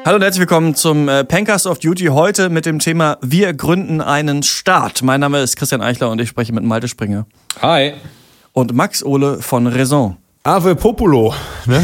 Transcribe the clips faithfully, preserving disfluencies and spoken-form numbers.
Hallo und herzlich willkommen zum äh, Pencast of Duty. Heute mit dem Thema Wir gründen einen Staat. Mein Name ist Christian Eichler und ich spreche mit Malte Springer. Hi. Und Max Ohle von Raison. Ave Populo. Ne?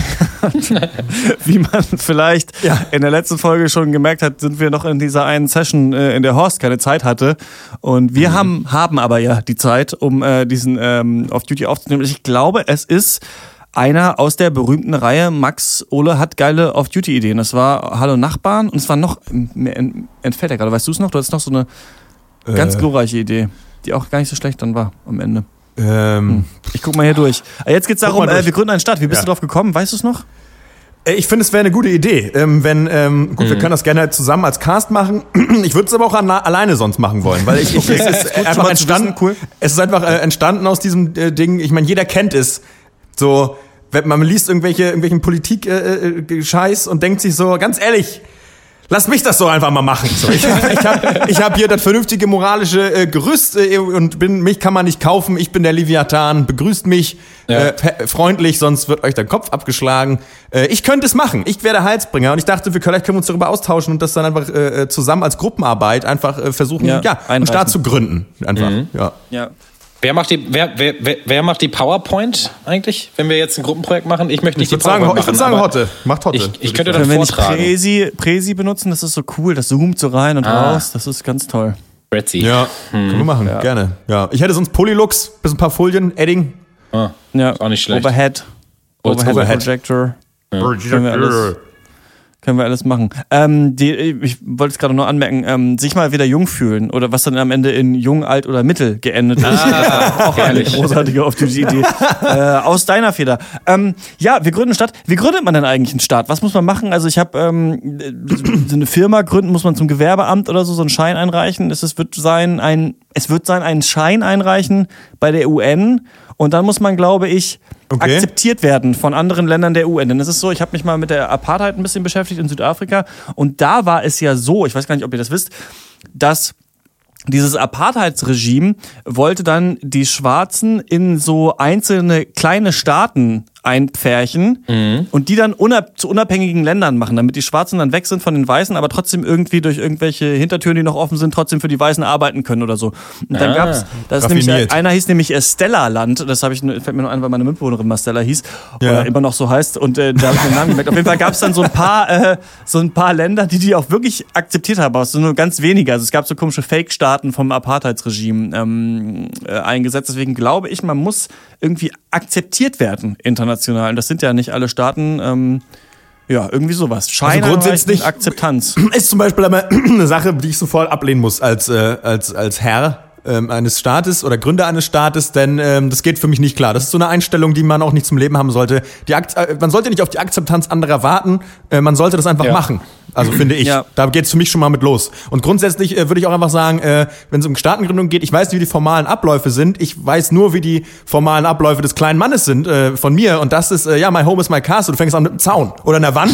Wie man vielleicht ja. in der letzten Folge schon gemerkt hat, sind wir noch in dieser einen Session, äh, in der Horst keine Zeit hatte. Und wir mhm. haben, haben aber ja die Zeit, um äh, diesen ähm, Off-Duty aufzunehmen. Ich glaube, es ist einer aus der berühmten Reihe Max Ohle hat geile Off-Duty-Ideen. Das war Hallo Nachbarn und es war noch, mir entfällt ja gerade, weißt du es noch? Du hattest noch so eine äh. ganz glorreiche Idee, die auch gar nicht so schlecht dann war am Ende. Ähm. Ich guck mal hier durch. Jetzt geht's darum, äh, wir gründen einen Staat. Wie bist ja. du drauf gekommen? Weißt du es noch? Ich finde, es wäre eine gute Idee. Ähm, wenn, ähm, gut, mhm. wir können das gerne zusammen als Cast machen. Ich würde es aber auch an, alleine sonst machen wollen, weil ich, ich es ist gut, einfach entstanden. Cool. Es ist einfach äh, entstanden aus diesem äh, Ding. Ich meine, jeder kennt es. So, wenn man liest irgendwelche irgendwelchen Politik-Scheiß äh, und denkt sich so, ganz ehrlich, lass mich das so einfach mal machen. So, ich ich habe ich hab hier das vernünftige moralische äh, Gerüst äh, und bin, mich kann man nicht kaufen. Ich bin der Leviathan. Begrüßt mich ja. äh, freundlich, sonst wird euch der Kopf abgeschlagen. Äh, ich könnte es machen. Ich wäre der Heilsbringer. Und ich dachte, wir, vielleicht können wir uns darüber austauschen und das dann einfach äh, zusammen als Gruppenarbeit einfach äh, versuchen, ja, ja einen Staat zu gründen. Einfach, mhm. ja. ja. Wer macht die, wer, wer, wer macht die PowerPoint eigentlich, wenn wir jetzt ein Gruppenprojekt machen? Ich möchte nicht ich die PowerPoint sagen, machen. Ich würde sagen, Hotte. Macht Hotte. Ich, ich könnte dann Wenn vortragen. Wenn wir Präsi, Präsi benutzen, das ist so cool. Das zoomt so rein und ah. raus. Das ist ganz toll. Prezi. Ja, hm. können wir machen. Ja. Gerne. Ja. Ich hätte sonst Polylux, bis ein paar Folien, Edding. Ah. Ja. Ist auch nicht schlecht. Overhead. Overhead, Overhead. Projector. Ja. Projector. Können wir alles machen. Ähm, die, ich wollte es gerade nur anmerken, ähm, sich mal wieder jung fühlen oder was dann am Ende in jung, alt oder mittel geendet ist. Ah, auch eine großartige Off-Duty-Idee. äh, aus deiner Feder. Ähm, ja, wir gründen eine Stadt. Wie gründet man denn eigentlich einen Staat? Was muss man machen? Also ich habe ähm, so eine Firma gründen, muss man zum Gewerbeamt oder so so einen Schein einreichen. Es, es wird sein, ein, es wird sein, einen Schein einreichen bei der U N und dann muss man, glaube ich, Okay. akzeptiert werden von anderen Ländern der U N. Denn es ist so, ich habe mich mal mit der Apartheid ein bisschen beschäftigt in Südafrika und da war es ja so, ich weiß gar nicht, ob ihr das wisst, dass dieses Apartheidsregime wollte dann die Schwarzen in so einzelne kleine Staaten einpferchen mhm. und die dann unab- zu unabhängigen Ländern machen, damit die Schwarzen dann weg sind von den Weißen, aber trotzdem irgendwie durch irgendwelche Hintertüren, die noch offen sind, trotzdem für die Weißen arbeiten können oder so. Und dann ah, gab's, das ist nämlich, einer hieß nämlich Stella-Land, das habe ich, fällt mir noch ein, weil meine Mitbewohnerin mal Stella hieß, ja. oder immer noch so heißt, und äh, da habe ich den Namen gemerkt. Auf jeden Fall gab es dann so ein paar, äh, so ein paar Länder, die die auch wirklich akzeptiert haben, aber es sind nur ganz wenige. Also es gab so komische Fake-Staaten vom Apartheidsregime ähm, äh, eingesetzt. Deswegen glaube ich, man muss irgendwie akzeptiert werden international. Und das sind ja nicht alle Staaten, ähm, ja, irgendwie sowas. Schein also grundsätzlich Akzeptanz. Ist zum Beispiel eine Sache, die ich sofort ablehnen muss als, äh, als, als Herr ähm, eines Staates oder Gründer eines Staates, denn ähm, das geht für mich nicht klar. Das ist so eine Einstellung, die man auch nicht zum Leben haben sollte. Die Akt- äh, man sollte nicht auf die Akzeptanz anderer warten, äh, man sollte das einfach ja. machen. Also finde ich, ja. da geht's für mich schon mal mit los. Und grundsätzlich äh, würde ich auch einfach sagen, äh, wenn es um Staatengründung geht, ich weiß nicht, wie die formalen Abläufe sind. Ich weiß nur, wie die formalen Abläufe des kleinen Mannes sind äh, von mir. Und das ist, äh, ja, my home is my castle. Du fängst an mit einem Zaun oder einer Wand.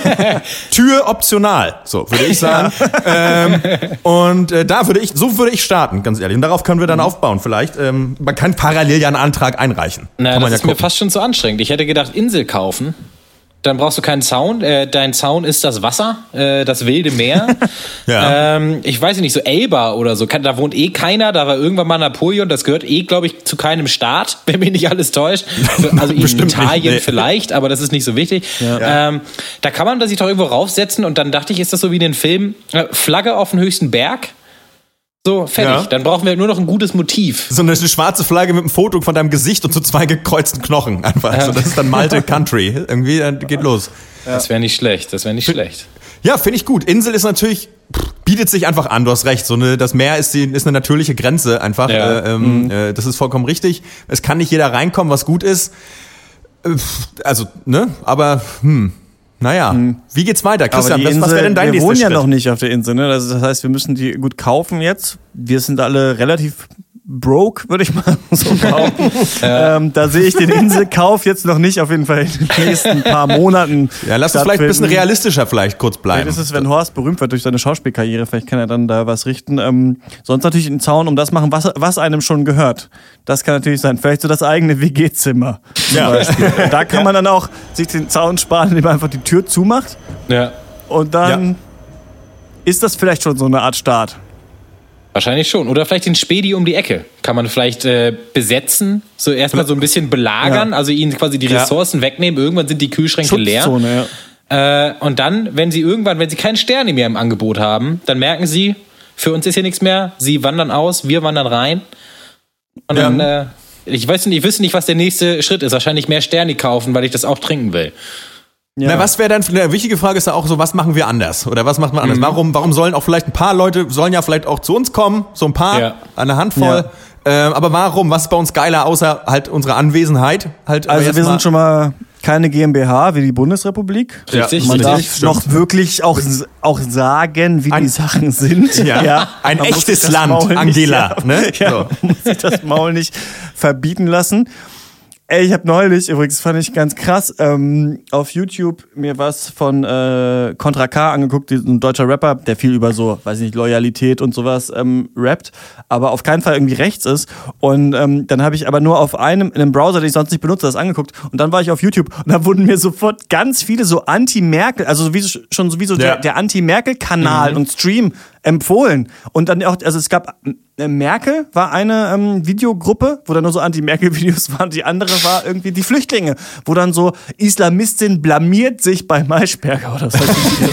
Tür optional, so würde ich sagen. Ja. Ähm, und äh, da würde ich, so würde ich starten, ganz ehrlich. Und darauf können wir dann mhm. aufbauen vielleicht. Ähm, man kann parallel ja einen Antrag einreichen. Na, kann man das ja ist mir fast schon zu anstrengend. Ich hätte gedacht, Insel kaufen. Dann brauchst du keinen Zaun. Äh, dein Zaun ist das Wasser, äh, das wilde Meer. ja. ähm, ich weiß nicht, so Elba oder so. Da wohnt eh keiner. Da war irgendwann mal Napoleon. Das gehört eh, glaube ich, zu keinem Staat, wenn mich nicht alles täuscht. Also in Italien nee. vielleicht, aber das ist nicht so wichtig. Ja. Ähm, da kann man sich doch irgendwo raufsetzen. Und dann dachte ich, ist das so wie in den Filmen, äh, Flagge auf den höchsten Berg. So, fertig. Ja. Dann brauchen wir nur noch ein gutes Motiv. So eine schwarze Flagge mit einem Foto von deinem Gesicht und so zwei gekreuzten Knochen. Einfach. Ja. Also das ist dann Malte Country. Irgendwie dann geht los. Ja. Das wäre nicht schlecht. Das wäre nicht F- schlecht. Ja, finde ich gut. Insel ist natürlich, bietet sich einfach an. Du hast recht. So eine, das Meer ist, die, ist eine natürliche Grenze einfach. Ja. Äh, ähm, mhm. äh, das ist vollkommen richtig. Es kann nicht jeder reinkommen, was gut ist. Äh, also, ne? Aber, hm. Naja, hm. wie geht's weiter? Christian, Insel, was wäre denn dein nächster Schritt? Wir wohnen ja noch nicht auf der Insel, ne? Das heißt, wir müssen die gut kaufen jetzt. Wir sind alle relativ broke, würde ich mal so behaupten. ja. ähm, da sehe ich den Inselkauf jetzt noch nicht auf jeden Fall in den nächsten paar Monaten. Ja, lass uns vielleicht ein bisschen realistischer vielleicht kurz bleiben. Vielleicht ist es, wenn Horst berühmt wird durch seine Schauspielkarriere, vielleicht kann er dann da was richten. Ähm, sonst natürlich einen Zaun um das machen, was, was einem schon gehört. Das kann natürlich sein. Vielleicht so das eigene W G-Zimmer zum ja. Beispiel. Da kann man dann auch sich den Zaun sparen, indem man einfach die Tür zumacht. Ja. Und dann ja. ist das vielleicht schon so eine Art Staat. Wahrscheinlich schon. Oder vielleicht den Spedi um die Ecke. Kann man vielleicht äh, besetzen, so erstmal so ein bisschen belagern, ja. also ihnen quasi die Ressourcen ja. wegnehmen. Irgendwann sind die Kühlschränke leer. Ja. Äh, und dann, wenn sie irgendwann, wenn sie keinen Sterne mehr im Angebot haben, dann merken sie, für uns ist hier nichts mehr. Sie wandern aus, wir wandern rein. Und ja. dann, äh, ich weiß nicht, ich wüsste nicht, was der nächste Schritt ist. Wahrscheinlich mehr Sterne kaufen, weil ich das auch trinken will. Ja. Na, was wäre dann, eine wichtige Frage ist ja auch so, was machen wir anders? Oder was macht man anders? Mhm. Warum, warum sollen auch vielleicht ein paar Leute, sollen ja vielleicht auch zu uns kommen, so ein paar, ja. eine Handvoll. Ja. Ähm, aber warum? Was ist bei uns geiler, außer halt unsere Anwesenheit? Halt also wir sind schon mal keine GmbH wie die Bundesrepublik. Richtig. Man darf Richtig. noch wirklich auch, auch sagen, wie ein, die Sachen sind. Ja. ja. Ein man echtes Land, Angela. Nicht, ne? ja, so. Man muss sich das Maul nicht verbieten lassen. Ey, ich habe neulich, übrigens fand ich ganz krass, ähm, auf YouTube mir was von äh, Contra K angeguckt, ein deutscher Rapper, der viel über so, weiß ich nicht, Loyalität und sowas ähm, rappt, aber auf keinen Fall irgendwie rechts ist. Und ähm, dann habe ich aber nur auf einem, in einem Browser, den ich sonst nicht benutze, das angeguckt. Und dann war ich auf YouTube und da wurden mir sofort ganz viele so Anti-Merkel, also sowieso, schon sowieso ja. der, der Anti-Merkel-Kanal mhm. und Stream empfohlen. Und dann auch, also es gab, Merkel war eine ähm, Videogruppe, wo dann nur so Anti-Merkel-Videos waren. Die andere war irgendwie die Flüchtlinge, wo dann so Islamistin blamiert sich bei Maischberger oder so.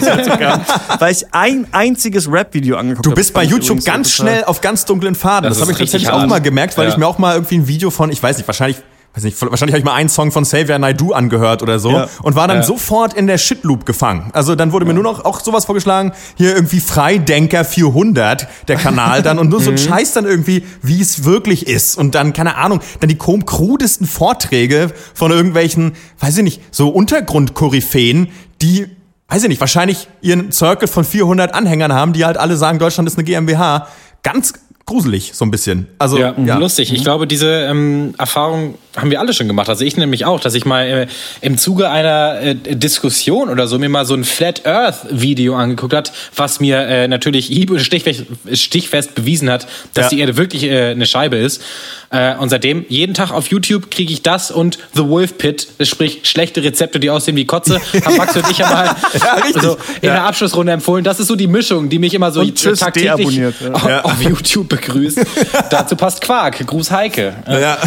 Weil ich ein einziges Rap-Video angeguckt habe. Du bist bei YouTube ganz schnell auf ganz dunklen Faden. Das, das habe ich tatsächlich hart. auch mal gemerkt, weil ja. ich mir auch mal irgendwie ein Video von, ich weiß nicht, wahrscheinlich Weiß nicht, wahrscheinlich habe ich mal einen Song von Xavier Naidoo angehört oder so ja. und war dann ja. sofort in der Shitloop gefangen. Also dann wurde ja. mir nur noch auch sowas vorgeschlagen, hier irgendwie Freidenker vierhundert, der Kanal dann und nur so ein Scheiß dann irgendwie, wie es wirklich ist und dann, keine Ahnung, dann die krudesten Vorträge von irgendwelchen, weiß ich nicht, so Untergrundkoryphäen, die, weiß ich nicht, wahrscheinlich ihren Circle von vierhundert Anhängern haben, die halt alle sagen, Deutschland ist eine GmbH. Ganz gruselig, so ein bisschen. Also, ja, ja. lustig. Ich glaube, diese ähm, Erfahrung haben wir alle schon gemacht. Also ich nämlich auch, dass ich mal äh, im Zuge einer äh, Diskussion oder so mir mal so ein Flat Earth Video angeguckt hat, was mir äh, natürlich hieb- und stichfest, stichfest bewiesen hat, dass ja. die Erde wirklich äh, eine Scheibe ist. Äh, und seitdem, jeden Tag auf YouTube kriege ich das und The Wolf Pit, sprich schlechte Rezepte, die aussehen wie Kotze, haben Max und ich ja mal ja, also in ja. der Abschlussrunde empfohlen. Das ist so die Mischung, die mich immer so tschüss, tagtäglich ja. auf, auf YouTube begrüßt. Dazu passt Quark. Gruß Heike. Ja. Ja.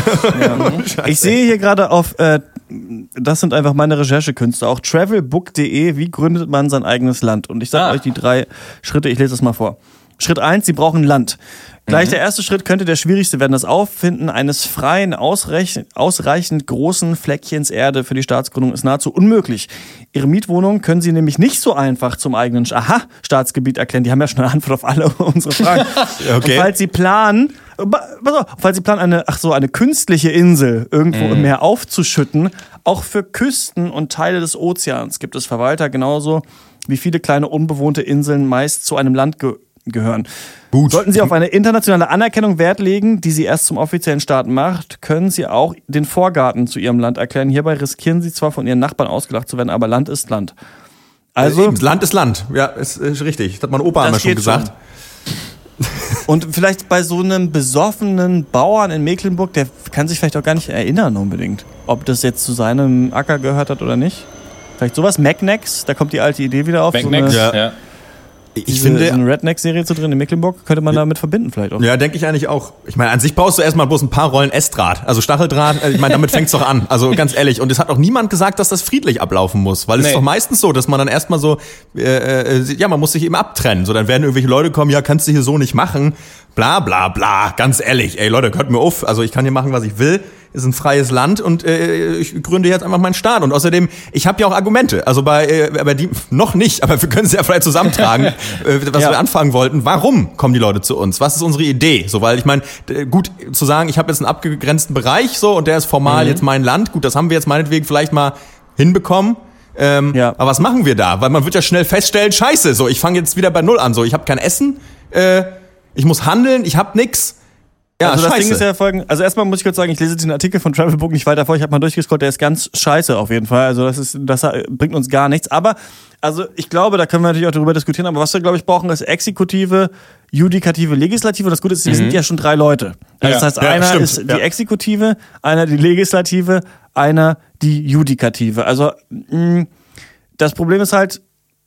Ich sehe hier gerade auf, äh, das sind einfach meine Recherchekünste, auch travelbook punkt de, wie gründet man sein eigenes Land? Und ich sage ah. euch die drei Schritte, ich lese es mal vor. Schritt eins, Sie brauchen Land. Gleich mhm. der erste Schritt könnte der schwierigste werden. Das Auffinden eines freien, ausreichend, ausreichend großen Fleckchens Erde für die Staatsgründung ist nahezu unmöglich. Ihre Mietwohnung können Sie nämlich nicht so einfach zum eigenen Aha, Staatsgebiet erklären. Die haben ja schon eine Antwort auf alle unsere Fragen. Okay. Und falls Sie planen, pass auf, falls Sie planen, eine, ach so, eine künstliche Insel irgendwo mhm. im Meer aufzuschütten, auch für Küsten und Teile des Ozeans gibt es Verwalter, genauso wie viele kleine unbewohnte Inseln meist zu einem Land ge- gehören. Gut. Sollten Sie auf eine internationale Anerkennung Wert legen, die Sie erst zum offiziellen Staat macht, können Sie auch den Vorgarten zu Ihrem Land erklären. Hierbei riskieren Sie zwar von Ihren Nachbarn ausgelacht zu werden, aber Land ist Land. Also Eben, Land ist Land. Ja, ist, ist richtig. Das hat mein Opa einmal schon gesagt. Schon. Und vielleicht bei so einem besoffenen Bauern in Mecklenburg, der kann sich vielleicht auch gar nicht erinnern unbedingt, ob das jetzt zu seinem Acker gehört hat oder nicht. Vielleicht sowas, Macnex, da kommt die alte Idee wieder auf. Macnex, so ja. ja. Ich Diese, finde, so eine Redneck-Serie zu drin in Mecklenburg, könnte man damit verbinden vielleicht auch. Ja, denke ich eigentlich auch. Ich meine, an sich brauchst du erstmal bloß ein paar Rollen Essdraht, also Stacheldraht. Ich meine, damit fängt's doch an. Also ganz ehrlich. Und es hat auch niemand gesagt, dass das friedlich ablaufen muss. Weil es nee. ist doch meistens so, dass man dann erstmal so, äh, äh, ja, man muss sich eben abtrennen. So, dann werden irgendwelche Leute kommen, ja, kannst du hier so nicht machen. Bla, bla, bla. Ganz ehrlich. Ey, Leute, hört mir auf. Also ich kann hier machen, was ich will. Ist ein freies Land und äh, ich gründe jetzt einfach meinen Staat. Und außerdem, ich habe ja auch Argumente. Also bei, äh, bei die noch nicht, aber wir können sie ja vielleicht zusammentragen, äh, was ja. wir anfangen wollten. Warum kommen die Leute zu uns? Was ist unsere Idee? So, weil ich meine, gut zu sagen, ich habe jetzt einen abgegrenzten Bereich so und der ist formal mhm. jetzt mein Land. Gut, das haben wir jetzt meinetwegen vielleicht mal hinbekommen. Ähm, ja. Aber was machen wir da? Weil man wird ja schnell feststellen, scheiße, so ich fange jetzt wieder bei Null an. So, ich habe kein Essen, äh, ich muss handeln, ich habe nix. Ja, also das scheiße. Ding ist ja folgendes. Also erstmal muss ich kurz sagen, ich lese diesen Artikel von Travelbook nicht weiter vor. Ich habe mal durchgescrollt, der ist ganz scheiße auf jeden Fall. Also das ist, das bringt uns gar nichts. Aber also ich glaube, da können wir natürlich auch darüber diskutieren. Aber was wir glaube ich brauchen, ist Exekutive, Judikative, Legislative. Und das Gute ist, wir mhm. sind ja schon drei Leute. Also ja. Das heißt, ja, einer stimmt. ist die ja. Exekutive, einer die Legislative, einer die Judikative. Also mh, das Problem ist halt,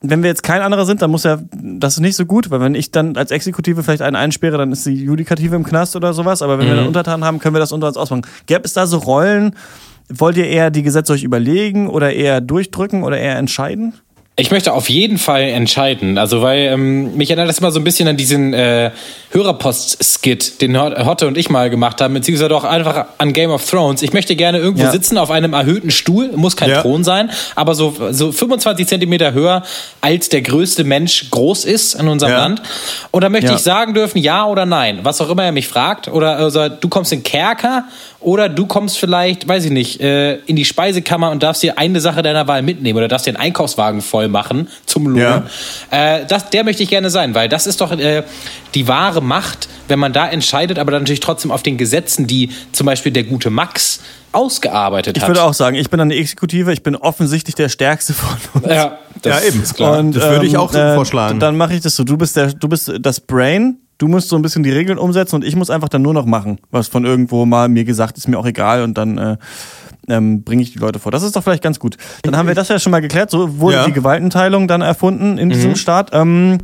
wenn wir jetzt kein anderer sind, dann muss ja, das ist nicht so gut, weil wenn ich dann als Exekutive vielleicht einen einsperre, dann ist die Judikative im Knast oder sowas, aber wenn mhm. wir dann Untertanen haben, können wir das unter uns ausmachen. Gäbe es da so Rollen, wollt ihr eher die Gesetze euch überlegen oder eher durchdrücken oder eher entscheiden? Ich möchte auf jeden Fall entscheiden, also weil ähm, mich erinnert das immer so ein bisschen an diesen äh, Hörerpost-Skit, den Hotte und ich mal gemacht haben, beziehungsweise auch einfach an Game of Thrones. Ich möchte gerne irgendwo ja. sitzen auf einem erhöhten Stuhl, muss kein ja. Thron sein, aber so, so fünfundzwanzig Zentimeter höher, als der größte Mensch groß ist in unserem ja. Land. Und da möchte ja. ich sagen dürfen, ja oder nein, was auch immer er mich fragt. Oder also, du kommst in den Kerker oder du kommst vielleicht, weiß ich nicht, äh, in die Speisekammer und darfst dir eine Sache deiner Wahl mitnehmen oder darfst dir einen Einkaufswagen voll machen zum Lohn. Ja. Äh, das, der möchte ich gerne sein, weil das ist doch äh, die wahre Macht, wenn man da entscheidet, aber dann natürlich trotzdem auf den Gesetzen, die zum Beispiel der gute Max ausgearbeitet hat. Ich würde auch sagen, ich bin eine Exekutive, ich bin offensichtlich der Stärkste von uns. Ja, das ja eben, ist klar. Und, das würde ich auch so äh, vorschlagen. Dann mache ich das so, du bist, der, du bist das Brain, du musst so ein bisschen die Regeln umsetzen und ich muss einfach dann nur noch machen, was von irgendwo mal mir gesagt ist, mir auch egal und dann äh, ähm, bringe ich die Leute vor. Das ist doch vielleicht ganz gut. Dann haben wir das ja schon mal geklärt, so wurde ja. die Gewaltenteilung dann erfunden in mhm. diesem Staat. Ähm,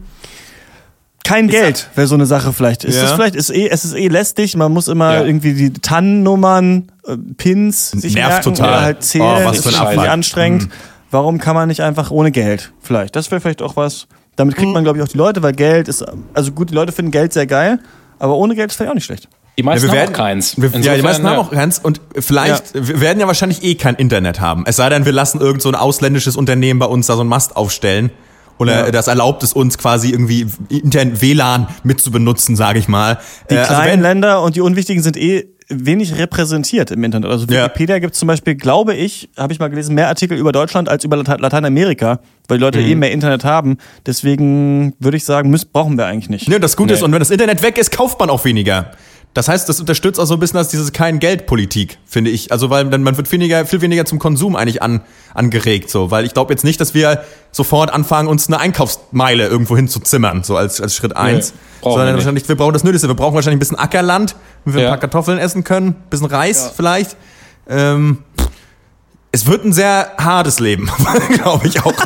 kein ist Geld wäre so eine Sache vielleicht. Ist ja. das vielleicht, ist eh, es ist eh lästig, man muss immer ja. irgendwie die Tannennummern, äh, Pins sich Nervt merken total. oder halt zählen, oh, was ist für ein irgendwie Abfall. anstrengend. Mhm. Warum kann man nicht einfach ohne Geld? Vielleicht. Das wäre vielleicht auch was. Damit kriegt man, glaube ich, auch die Leute, weil Geld ist, also gut, die Leute finden Geld sehr geil, aber ohne Geld ist vielleicht auch nicht schlecht. Die meisten ja, wir haben werden, auch keins. Wir, ja, die meisten ja. haben auch keins und vielleicht, ja. wir werden ja wahrscheinlich eh kein Internet haben. Es sei denn, wir lassen irgend so ein ausländisches Unternehmen bei uns da so einen Mast aufstellen. Oder ja. das erlaubt es uns quasi irgendwie intern W L A N mit zu benutzen, sage ich mal. Die äh, kleinen also wenn, Länder und die unwichtigen sind eh wenig repräsentiert im Internet. Also Wikipedia ja. gibt es zum Beispiel, glaube ich, habe ich mal gelesen, mehr Artikel über Deutschland als über Lateinamerika, weil die Leute mhm. eh mehr Internet haben. Deswegen würde ich sagen, müssen, brauchen wir eigentlich nicht. Ja, das Gute nee. ist, und wenn das Internet weg ist, kauft man auch weniger. Das heißt, das unterstützt auch so ein bisschen als dieses Kein-Geld-Politik, finde ich. Also, weil dann man wird weniger, viel weniger zum Konsum eigentlich an, angeregt, so. Weil ich glaube jetzt nicht, dass wir sofort anfangen, uns eine Einkaufsmeile irgendwo hin zu zimmern, so als, als Schritt eins. Nee, sondern wir wahrscheinlich, wir brauchen das Nötigste. Wir brauchen wahrscheinlich ein bisschen Ackerland, wenn wir ja. ein paar Kartoffeln essen können, ein bisschen Reis ja. vielleicht. Ähm, Es wird ein sehr hartes Leben, glaube ich auch.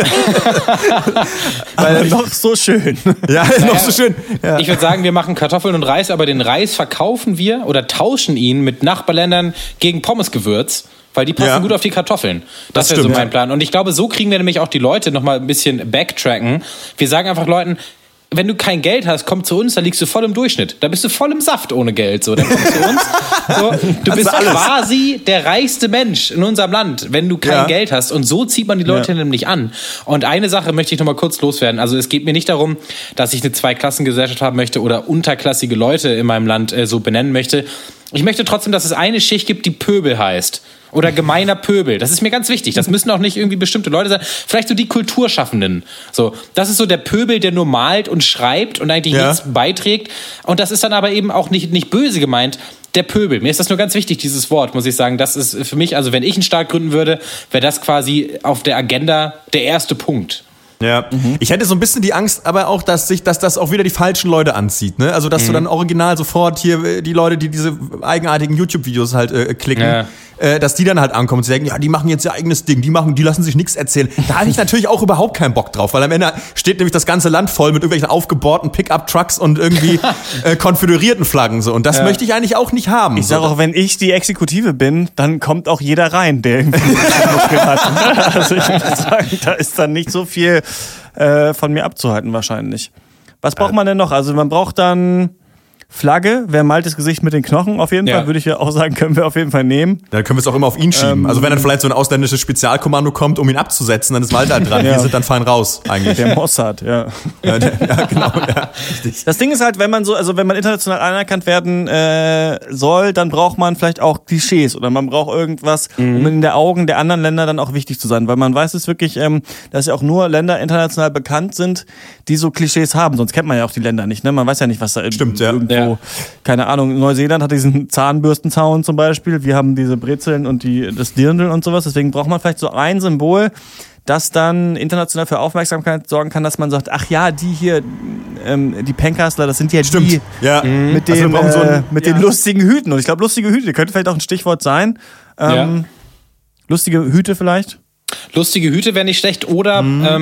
Weil noch so schön. Ja, naja, noch so schön. Ja. Ich würde sagen, wir machen Kartoffeln und Reis, aber den Reis verkaufen wir oder tauschen ihn mit Nachbarländern gegen Pommesgewürz, weil die passen ja. gut auf die Kartoffeln. Das, das wäre so mein ja. Plan. Und ich glaube, so kriegen wir nämlich auch die Leute nochmal ein bisschen backtracken. Wir sagen einfach Leuten, wenn du kein Geld hast, komm zu uns, da liegst du voll im Durchschnitt. Da bist du voll im Saft ohne Geld. So, dann komm zu uns. So, du bist quasi der reichste Mensch in unserem Land, wenn du kein ja. Geld hast. Und so zieht man die Leute ja. nämlich an. Und eine Sache möchte ich noch mal kurz loswerden. Also es geht mir nicht darum, dass ich eine Zweiklassengesellschaft haben möchte oder unterklassige Leute in meinem Land äh, so benennen möchte. Ich möchte trotzdem, dass es eine Schicht gibt, die Pöbel heißt. Oder gemeiner Pöbel. Das ist mir ganz wichtig. Das müssen auch nicht irgendwie bestimmte Leute sein. Vielleicht so die Kulturschaffenden. So, das ist so der Pöbel, der nur malt und schreibt und eigentlich ja. nichts beiträgt. Und das ist dann aber eben auch nicht, nicht böse gemeint. Der Pöbel. Mir ist das nur ganz wichtig, dieses Wort, muss ich sagen. Das ist für mich, also wenn ich einen Staat gründen würde, wäre das quasi auf der Agenda der erste Punkt. Ja, mhm. Ich hätte so ein bisschen die Angst, aber auch, dass sich, dass das auch wieder die falschen Leute anzieht, ne? Also, dass mhm. du dann original sofort hier die Leute, die diese eigenartigen YouTube-Videos halt äh, klicken, ja. äh, dass die dann halt ankommen und sie denken, ja, die machen jetzt ihr eigenes Ding, die machen, die lassen sich nichts erzählen. Da habe ich natürlich auch überhaupt keinen Bock drauf, weil am Ende steht nämlich das ganze Land voll mit irgendwelchen aufgebohrten Pickup-Trucks und irgendwie äh, konföderierten Flaggen so. Und das ja. möchte ich eigentlich auch nicht haben. Ich sage auch, wenn ich die Exekutive bin, dann kommt auch jeder rein, der irgendwie Muskeln hat. Also ich würde sagen, da ist dann nicht so viel äh, von mir abzuhalten wahrscheinlich. Was braucht man denn noch? Also man braucht dann Flagge, wer malt das Gesicht mit den Knochen auf jeden ja. Fall, würde ich ja auch sagen, können wir auf jeden Fall nehmen. Dann können wir es auch immer auf ihn schieben. Ähm, also wenn dann vielleicht so ein ausländisches Spezialkommando kommt, um ihn abzusetzen, dann ist Walter halt dran. Ja. Wir sind dann fein raus eigentlich. Der Mossad, ja. Ja, der, ja genau. Ja, richtig. Das Ding ist halt, wenn man so, also wenn man international anerkannt werden äh, soll, dann braucht man vielleicht auch Klischees oder man braucht irgendwas, mhm. um in den Augen der anderen Länder dann auch wichtig zu sein, weil man weiß es wirklich, ähm, dass ja auch nur Länder international bekannt sind, die so Klischees haben. Sonst kennt man ja auch die Länder nicht, ne? Man weiß ja nicht, was da Stimmt, irgendwo ja. Ja. keine Ahnung, Neuseeland hat diesen Zahnbürstenzaun zum Beispiel, wir haben diese Brezeln und die, das Dirndl und sowas, deswegen braucht man vielleicht so ein Symbol, das dann international für Aufmerksamkeit sorgen kann, dass man sagt, ach ja, die hier, ähm, die Pencastler, das sind ja Stimmt. die ja. mit, dem, also so ein, äh, mit ja. den lustigen Hüten. Und ich glaube, lustige Hüte könnte vielleicht auch ein Stichwort sein. Ähm, ja. Lustige Hüte vielleicht? Lustige Hüte wäre nicht schlecht. Oder mhm. ähm,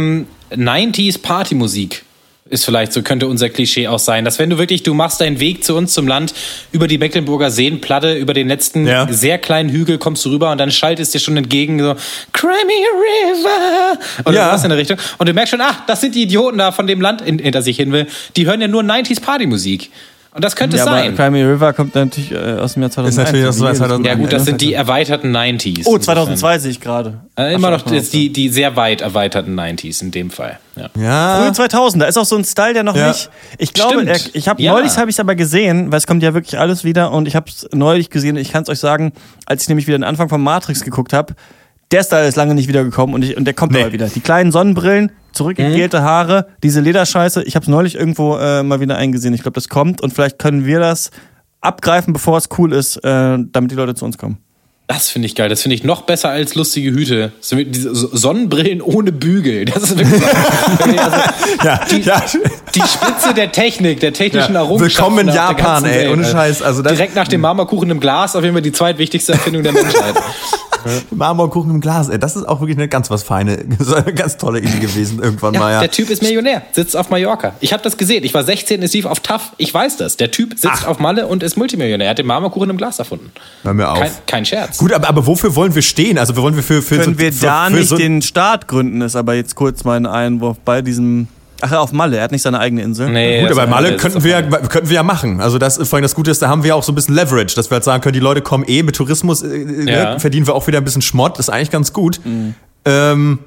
neunziger Partymusik ist vielleicht so, könnte unser Klischee auch sein, dass wenn du wirklich, du machst deinen Weg zu uns zum Land über die Mecklenburger Seenplatte, über den letzten ja. sehr kleinen Hügel kommst du rüber und dann schallt es dir schon entgegen so Cry me a river oder ja. was in der Richtung und du merkst schon, ach, das sind die Idioten da von dem Land, in, in das ich hin will, die hören ja nur neunziger Partymusik. Und das könnte ja, es sein. Aber Cry Me a River kommt natürlich äh, aus dem Jahr zweitausendeins. Ist natürlich aus zweitausendeins. Ja gut, das sind die erweiterten neunziger. Oh, zweitausendzwei sehe ich gerade. Äh, immer noch die, die sehr weit erweiterten neunziger in dem Fall. Ja. Ja. Frühe zweitausend, da ist auch so ein Style, der noch ja. nicht... Ich glaube, er, ich habe ja. neulich habe ich es aber gesehen, weil es kommt ja wirklich alles wieder und ich habe es neulich gesehen, ich kann es euch sagen, als ich nämlich wieder den Anfang von Matrix geguckt habe, der Style ist lange nicht wiedergekommen und, ich, und der kommt nee. aber wieder. Die kleinen Sonnenbrillen, zurückgegelte mhm. Haare, diese Lederscheiße. Ich habe es neulich irgendwo äh, mal wieder eingesehen. Ich glaube, das kommt und vielleicht können wir das abgreifen, bevor es cool ist, äh, damit die Leute zu uns kommen. Das finde ich geil. Das finde ich noch besser als lustige Hüte. So, diese Sonnenbrillen ohne Bügel. Das ist wirklich also, ja, die, ja. die Spitze der Technik, der technischen ja. Errungenschaften. Willkommen in Japan, ey. Ohne Scheiß. Also das direkt nach dem Marmorkuchen im Glas auf jeden Fall die zweitwichtigste Erfindung der Menschheit. Marmorkuchen im Glas, ey, das ist auch wirklich eine ganz was Feine, eine ganz tolle Idee gewesen irgendwann ja, mal. Ja. Der Typ ist Millionär, sitzt auf Mallorca. Ich habe das gesehen, ich war sechzehn, es lief auf T A F, ich weiß das. Der Typ sitzt Ach. auf Malle und ist Multimillionär, er hat den Marmorkuchen im Glas erfunden. Hör mir auf. Kein, kein Scherz. Gut, aber, aber wofür wollen wir stehen? Also wollen wir für, für Können so, wir für, da für nicht so den Staat gründen, ist aber jetzt kurz mein Einwurf bei diesem... Ach ja, auf Malle, er hat nicht seine eigene Insel. Nee, gut, aber bei Malle könnten wir, könnten wir ja machen. Also das ist vor allem das Gute ist, da haben wir auch so ein bisschen Leverage, dass wir halt sagen können, die Leute kommen eh mit Tourismus, äh, ja. verdienen wir auch wieder ein bisschen Schmott, das ist eigentlich ganz gut. Mhm. Ähm,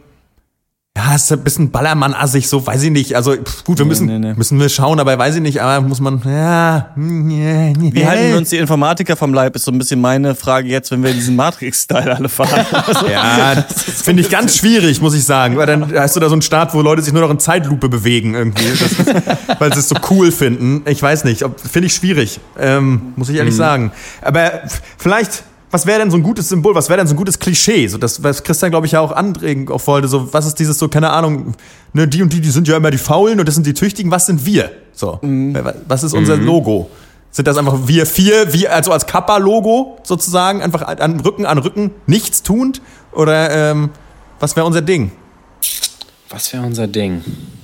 ja, ist ein bisschen Ballermann-assig, so, weiß ich nicht. Also pff, gut, wir müssen, nee, nee, nee. müssen wir schauen, aber weiß ich nicht, aber muss man, ja. Wie halten wir uns die Informatiker vom Leib, ist so ein bisschen meine Frage jetzt, wenn wir diesen Matrix-Style alle fahren. Ja, finde ich ganz schwierig, muss ich sagen. Weil dann hast du da so einen Staat, wo Leute sich nur noch in Zeitlupe bewegen irgendwie, das ist, weil sie es so cool finden. Ich weiß nicht, finde ich schwierig, ähm, muss ich ehrlich mhm. sagen. Aber vielleicht... Was wäre denn so ein gutes Symbol, was wäre denn so ein gutes Klischee? So das, was Christian, glaube ich, ja auch anregen auch wollte. So, was ist dieses so, keine Ahnung, ne, die und die, die sind ja immer die Faulen und das sind die Tüchtigen. Was sind wir? So, mhm. was ist unser mhm. Logo? Sind das einfach wir vier, wie, also als Kappa-Logo sozusagen, einfach an Rücken an Rücken, nichts tuend? Oder ähm, was wäre unser Ding? Was wäre unser Ding?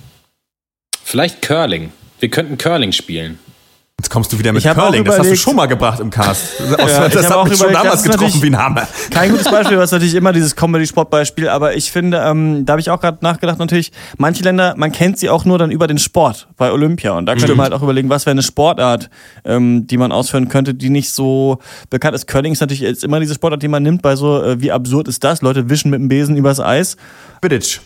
Vielleicht Curling. Wir könnten Curling spielen. Jetzt kommst du wieder mit Curling, das hast du schon mal gebracht im Cast. Das, ja, das hat mich schon damals getroffen wie ein Hammer. Kein gutes Beispiel, was natürlich immer dieses Comedy-Sport-Beispiel, aber ich finde, ähm, da habe ich auch gerade nachgedacht natürlich, manche Länder, man kennt sie auch nur dann über den Sport bei Olympia und da könnte Stimmt. man halt auch überlegen, was wäre eine Sportart, ähm, die man ausführen könnte, die nicht so bekannt ist. Curling ist natürlich jetzt immer diese Sportart, die man nimmt bei so, äh, wie absurd ist das? Leute wischen mit dem Besen übers Eis. Quidditch.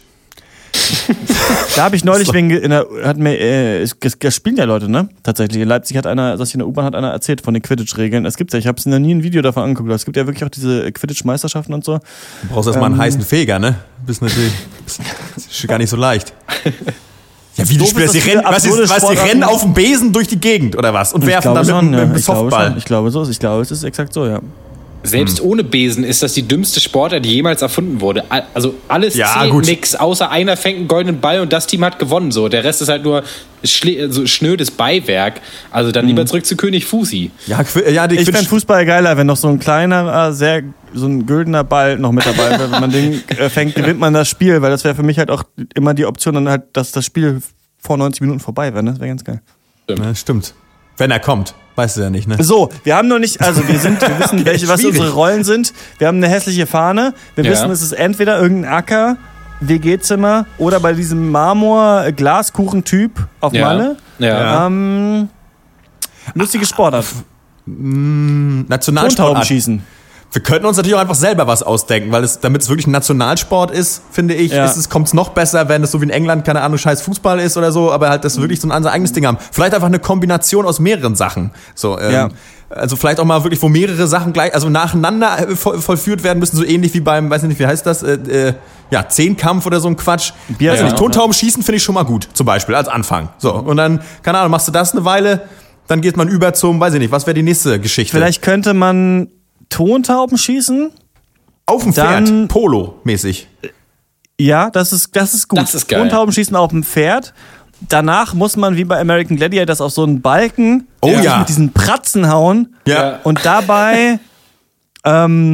Da habe ich neulich wegen in der, hat mir äh, es, es spielen ja Leute, ne? Tatsächlich. In Leipzig hat einer, dass ich in der U-Bahn hat einer erzählt von den Quidditch-Regeln. Es gibt's ja, ich habe noch nie ein Video davon angeguckt. Es gibt ja wirklich auch diese Quidditch-Meisterschaften und so. Du brauchst erstmal ähm, einen heißen Feger, ne? Bist natürlich ist gar nicht so leicht. Ja, wie du spielst, die rennen, was ist, was, die rennen auf dem Besen durch die Gegend oder was und werfen dann schon, mit, ja. mit ich Softball. Glaube ich glaube so, ich glaube, es ist exakt so, ja. Selbst hm. ohne Besen ist das die dümmste Sportart, die jemals erfunden wurde. Also alles ja, zählt gut. nix, außer einer fängt einen goldenen Ball und das Team hat gewonnen. So, der Rest ist halt nur schl- so schnödes Beiwerk. Also dann hm. lieber zurück zu König Fusi. Ja, ja, ich finde Fußball geiler, wenn noch so ein kleiner, sehr so ein güldener Ball noch mit dabei wäre. Wenn man den äh, fängt, gewinnt man das Spiel, weil das wäre für mich halt auch immer die Option, dann halt, dass das Spiel vor neunzig Minuten vorbei wäre. Ne? Das wäre ganz geil. Stimmt. Ja, stimmt. Wenn er kommt. Weißt du ja nicht, ne? So, wir haben noch nicht, also wir sind, wir wissen, welche, was unsere Rollen sind. Wir haben eine hässliche Fahne. Wir ja. wissen, es ist entweder irgendein Acker, W G-Zimmer oder bei diesem Marmor-Glaskuchen-Typ auf ja. Malle. Ja. Ähm, lustige Sportart. Nationalsportart. schießen. Wir könnten uns natürlich auch einfach selber was ausdenken, weil es, damit es wirklich ein Nationalsport ist, finde ich, ja. ist es, kommt es noch besser, wenn es so wie in England, keine Ahnung, scheiß Fußball ist oder so, aber halt das wirklich so ein unser eigenes Ding haben. Vielleicht einfach eine Kombination aus mehreren Sachen. So, ähm, ja. Also vielleicht auch mal wirklich, wo mehrere Sachen gleich, also nacheinander voll, vollführt werden müssen, so ähnlich wie beim, weiß nicht, wie heißt das, äh, äh, ja, Zehnkampf oder so ein Quatsch. Ja, weiß nicht, Tontauben schießen finde ich schon mal gut, zum Beispiel, als Anfang. So, und dann, keine Ahnung, machst du das eine Weile, dann geht man über zum, weiß ich nicht, was wäre die nächste Geschichte? Vielleicht könnte man Tontauben schießen. Auf dem Pferd, Polo-mäßig. Ja, das ist, das ist gut. Das ist geil. Tontauben schießen auf dem Pferd. Danach muss man wie bei American Gladiator das auf so einen Balken oh, ja. mit diesen Pratzen hauen ja. und dabei ähm,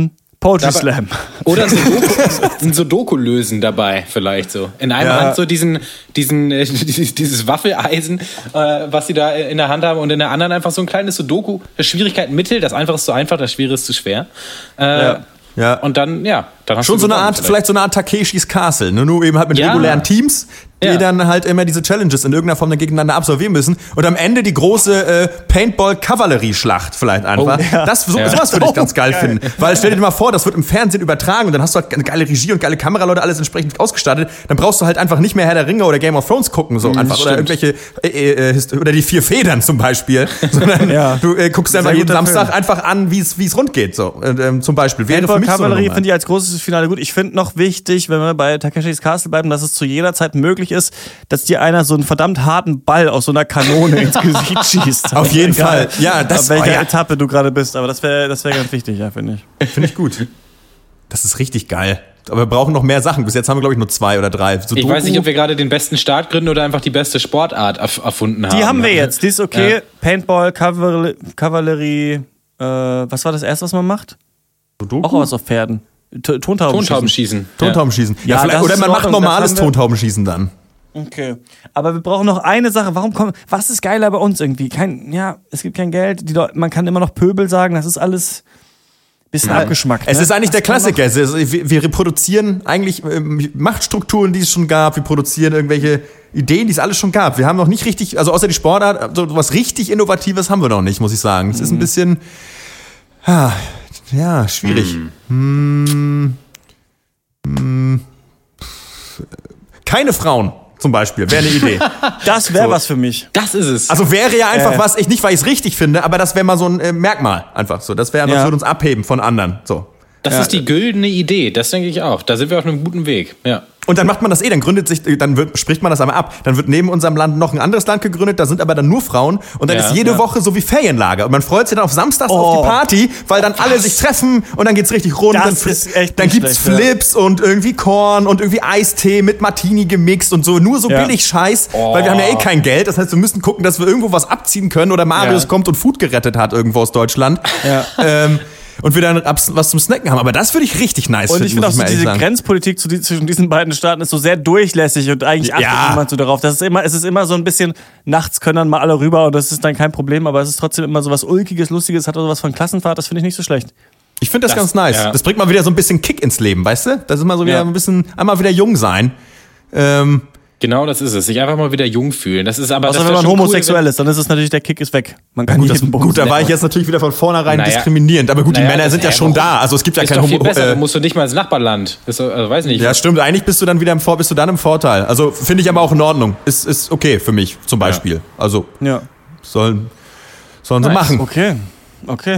Poetry Slam. Oder so ein Sudoku lösen dabei, vielleicht so. In einem Ja. Hand so diesen, diesen, äh, dieses, dieses Waffeleisen, äh, was sie da in der Hand haben, und in der anderen einfach so ein kleines Sudoku. Das Schwierigkeit Mittel, das Einfache ist zu einfach, das Schwierige ist zu schwer. Äh, Ja. Ja. Und dann, ja, dann hast Schon du so eine gewonnen Art, vielleicht so eine Art Takeshis Castle, ne? Nur eben halt mit Ja. regulären Teams, die Ja. dann halt immer diese Challenges in irgendeiner Form dann gegeneinander absolvieren müssen. Und am Ende die große äh, Paintball-Kavallerie-Schlacht vielleicht einfach. Oh, ja. Das, so, Ja. sowas würde ich ganz Oh, geil, geil. finden. Weil stell dir mal vor, das wird im Fernsehen übertragen und dann hast du halt eine geile Regie und geile Kameraleute, alles entsprechend ausgestattet. Dann brauchst du halt einfach nicht mehr Herr der Ringe oder Game of Thrones gucken, so einfach. Oder stimmt. irgendwelche, äh, äh, oder die vier Federn zum Beispiel. Sondern Ja. du äh, guckst einfach Sehr jeden guter Samstag Film. einfach an, wie es rund geht, so. Und, ähm, zum Beispiel. Wäre für mich so eine Kavallerie Nummer. finde ich als großes Finale gut. Ich finde noch wichtig, wenn wir bei Takeshis Castle bleiben, dass es zu jeder Zeit möglich ist, dass dir einer so einen verdammt harten Ball aus so einer Kanone ins Gesicht schießt. Auf jeden Egal, Fall. Ja, das auf welcher oh ja. Etappe du gerade bist. Aber das wäre das wär ganz wichtig, ja, finde ich. Finde ich gut. Das ist richtig geil. Aber wir brauchen noch mehr Sachen. Bis jetzt haben wir, glaube ich, nur zwei oder drei. So Ich Doku. weiß nicht, ob wir gerade den besten Start gründen oder einfach die beste Sportart erf- erfunden haben. Die haben wir jetzt. Die ist okay. Ja. Paintball, Kavallerie, Kavallerie äh, was war das erste, was man macht? Doku? Auch was auf Pferden. T- Tontauben. Tontaubenschießen. Tontaubenschießen. Ja, Ja, vielleicht, das oder ist man in macht Ordnung, das normales haben wir- Tontaubenschießen dann. Okay. Aber wir brauchen noch eine Sache. Warum kommen, was ist geiler bei uns irgendwie? Kein, ja, es gibt kein Geld. Die Leute, man kann immer noch Pöbel sagen. Das ist alles bisschen abgeschmackt. Es ne? ist eigentlich der Was kann man Klassiker. Es ist, wir, wir reproduzieren eigentlich ähm, Machtstrukturen, die es schon gab. Wir produzieren irgendwelche Ideen, die es alles schon gab. Wir haben noch nicht richtig, also außer die Sportart, so was richtig Innovatives haben wir noch nicht, muss ich sagen. Es ist ein bisschen, ja, ja schwierig. Hm. Hm. Keine Frauen zum Beispiel, wäre eine Idee. noch? Das wäre So. was für mich. Das ist es. Also wäre ja einfach Äh. was, ich nicht, weil ich es richtig finde, aber das wäre mal so ein äh, Merkmal einfach so. Das wäre, das Ja. würde uns abheben von anderen. So. das ja. ist die güldene Idee. Das denke ich auch. Da sind wir auf einem guten Weg. Ja. Und dann macht man das eh, dann gründet sich, dann wird, spricht man das einmal ab. Dann wird neben unserem Land noch ein anderes Land gegründet, da sind aber dann nur Frauen und dann Ja, ist jede ja. Woche so wie Ferienlager. Und man freut sich dann auf Samstags Oh. auf die Party, weil dann alle sich treffen und dann geht's richtig rund. Das dann ist echt dann nicht gibt's schlecht, ja. Flips und irgendwie Korn und irgendwie Eistee mit Martini gemixt und so. Nur so Ja. billig Scheiß, weil wir haben ja eh kein Geld. Das heißt, wir müssen gucken, dass wir irgendwo was abziehen können oder Marius Ja. kommt und Food gerettet hat irgendwo aus Deutschland. Ja. Ähm, und wir dann abs- was zum Snacken haben. Aber das würde ich richtig nice Und finden, ich finde auch muss so mal ehrlich diese sagen. Grenzpolitik zu, die- zwischen diesen beiden Staaten ist so sehr durchlässig und eigentlich achtet Ja. niemand so darauf. Das ist immer, es ist immer so ein bisschen, nachts können dann mal alle rüber und das ist dann kein Problem, aber es ist trotzdem immer so was Ulkiges, Lustiges, hat so was von Klassenfahrt, das finde ich nicht so schlecht. Ich finde das, Das- ganz nice. ja. Das bringt mal wieder so ein bisschen Kick ins Leben, weißt du? Das ist mal so wieder Ja. ein bisschen, einmal wieder jung sein. Ähm, Genau, das ist es. Sich einfach mal wieder jung fühlen. Das ist aber Außer das wenn wär man schon homosexuell cool, ist, dann ist es natürlich, der Kick ist weg. Man kann gut, das, jeden gut, bumsen. da war ich jetzt natürlich wieder von vornherein Naja. diskriminierend. Aber gut, die Naja, Männer das- sind ja ja, schon warum? da. Also es gibt ja Ist kein doch viel Homo. besser. Äh, Dann musst du nicht mal ins Nachbarland. Ist, doch- also, weiß nicht. ja, stimmt. Eigentlich bist du dann wieder im Vor, bist du dann im Vorteil. Also finde ich aber auch in Ordnung. Ist, ist okay für mich zum Beispiel. Also Ja. sollen, sollen sie Nice. machen. Okay, okay.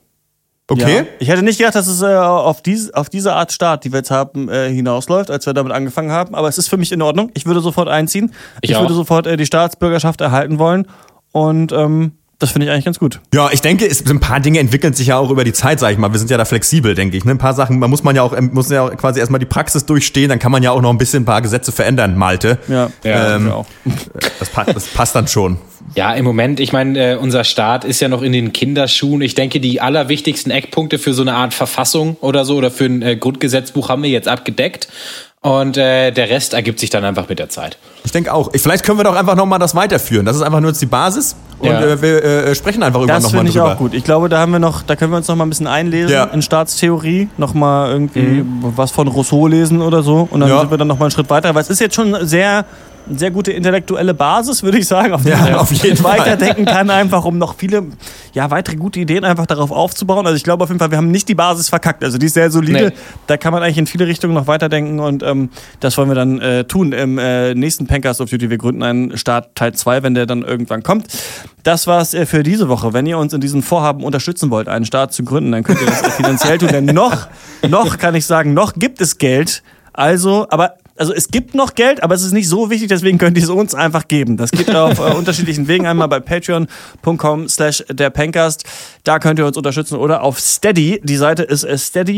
Okay? Ja. Ich hätte nicht gedacht, dass es äh, auf, dies, auf diese Art Start, die wir jetzt haben, äh, hinausläuft, als wir damit angefangen haben. Aber es ist für mich in Ordnung. Ich würde sofort einziehen. Ich Ich, auch. würde sofort äh, die Staatsbürgerschaft erhalten wollen. Und ähm, das finde ich eigentlich ganz gut. Ja, ich denke, es, ein paar Dinge entwickeln sich ja auch über die Zeit, sag ich mal. Wir sind ja da flexibel, denke ich. Ne? Ein paar Sachen, man muss man ja auch, ähm, muss ja auch quasi erstmal die Praxis durchstehen, dann kann man ja auch noch ein bisschen ein paar Gesetze verändern, Malte. Ja, Ja, ähm, auch. Das, pa- das passt dann schon. Ja, im Moment, ich meine, äh, unser Staat ist ja noch in den Kinderschuhen. Ich denke, die allerwichtigsten Eckpunkte für so eine Art Verfassung oder so oder für ein äh, Grundgesetzbuch haben wir jetzt abgedeckt. Und äh, der Rest ergibt sich dann einfach mit der Zeit. Ich denke auch. Ich, vielleicht können wir doch einfach nochmal das weiterführen. Das ist einfach nur jetzt die Basis. Und Ja. äh, wir äh, sprechen einfach irgendwann Das nochmal finde ich drüber. auch gut. Ich glaube, da haben wir noch, da können wir uns noch mal ein bisschen einlesen Ja. in Staatstheorie, noch mal irgendwie was von Rousseau lesen oder so und dann Ja. sind wir dann noch mal einen Schritt weiter, weil es ist jetzt schon eine sehr sehr gute intellektuelle Basis, würde ich sagen, auf die Ja, man auf jeden Fall. weiterdenken kann, einfach um noch viele ja, weitere gute Ideen einfach darauf aufzubauen. Also ich glaube auf jeden Fall, wir haben nicht die Basis verkackt. Also die ist sehr solide. Nee. Da kann man eigentlich in viele Richtungen noch weiterdenken und ähm, das wollen wir dann äh, tun im äh, nächsten Pencast of Duty. Wir gründen einen Start Teil zwei, wenn der dann irgendwann kommt. Das war's äh, für diese Woche. Wenn ihr uns in diesem Vorhaben unterstützen wollt, einen Start zu gründen, dann könnt ihr das äh, finanziell tun. Denn noch, noch kann ich sagen, noch gibt es Geld. Also, aber also es gibt noch Geld, aber es ist nicht so wichtig, deswegen könnt ihr es uns einfach geben. Das geht auf äh, unterschiedlichen Wegen. Einmal bei patreon punkt com slash der Pencast. Da könnt ihr uns unterstützen oder auf Steady. Die Seite ist äh, steady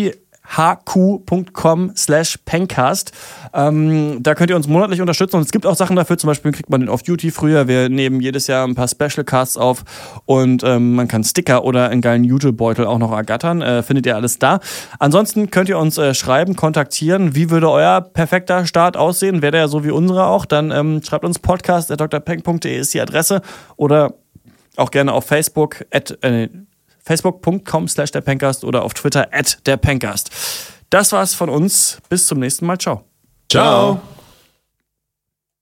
hq.com slash pencast. Ähm, da könnt ihr uns monatlich unterstützen und es gibt auch Sachen dafür, zum Beispiel kriegt man den Off-Duty früher, wir nehmen jedes Jahr ein paar Special-Casts auf und ähm, man kann Sticker oder einen geilen Jutebeutel auch noch ergattern, äh, findet ihr alles da. Ansonsten könnt ihr uns äh, schreiben, kontaktieren, wie würde euer perfekter Start aussehen, wäre der so wie unsere auch, dann ähm, schreibt uns podcast at d r penk punkt d e ist die Adresse oder auch gerne auf Facebook at, äh, facebook.com slash der Pencast oder auf Twitter at der Pencast. Das war's von uns. Bis zum nächsten Mal. Ciao. Ciao.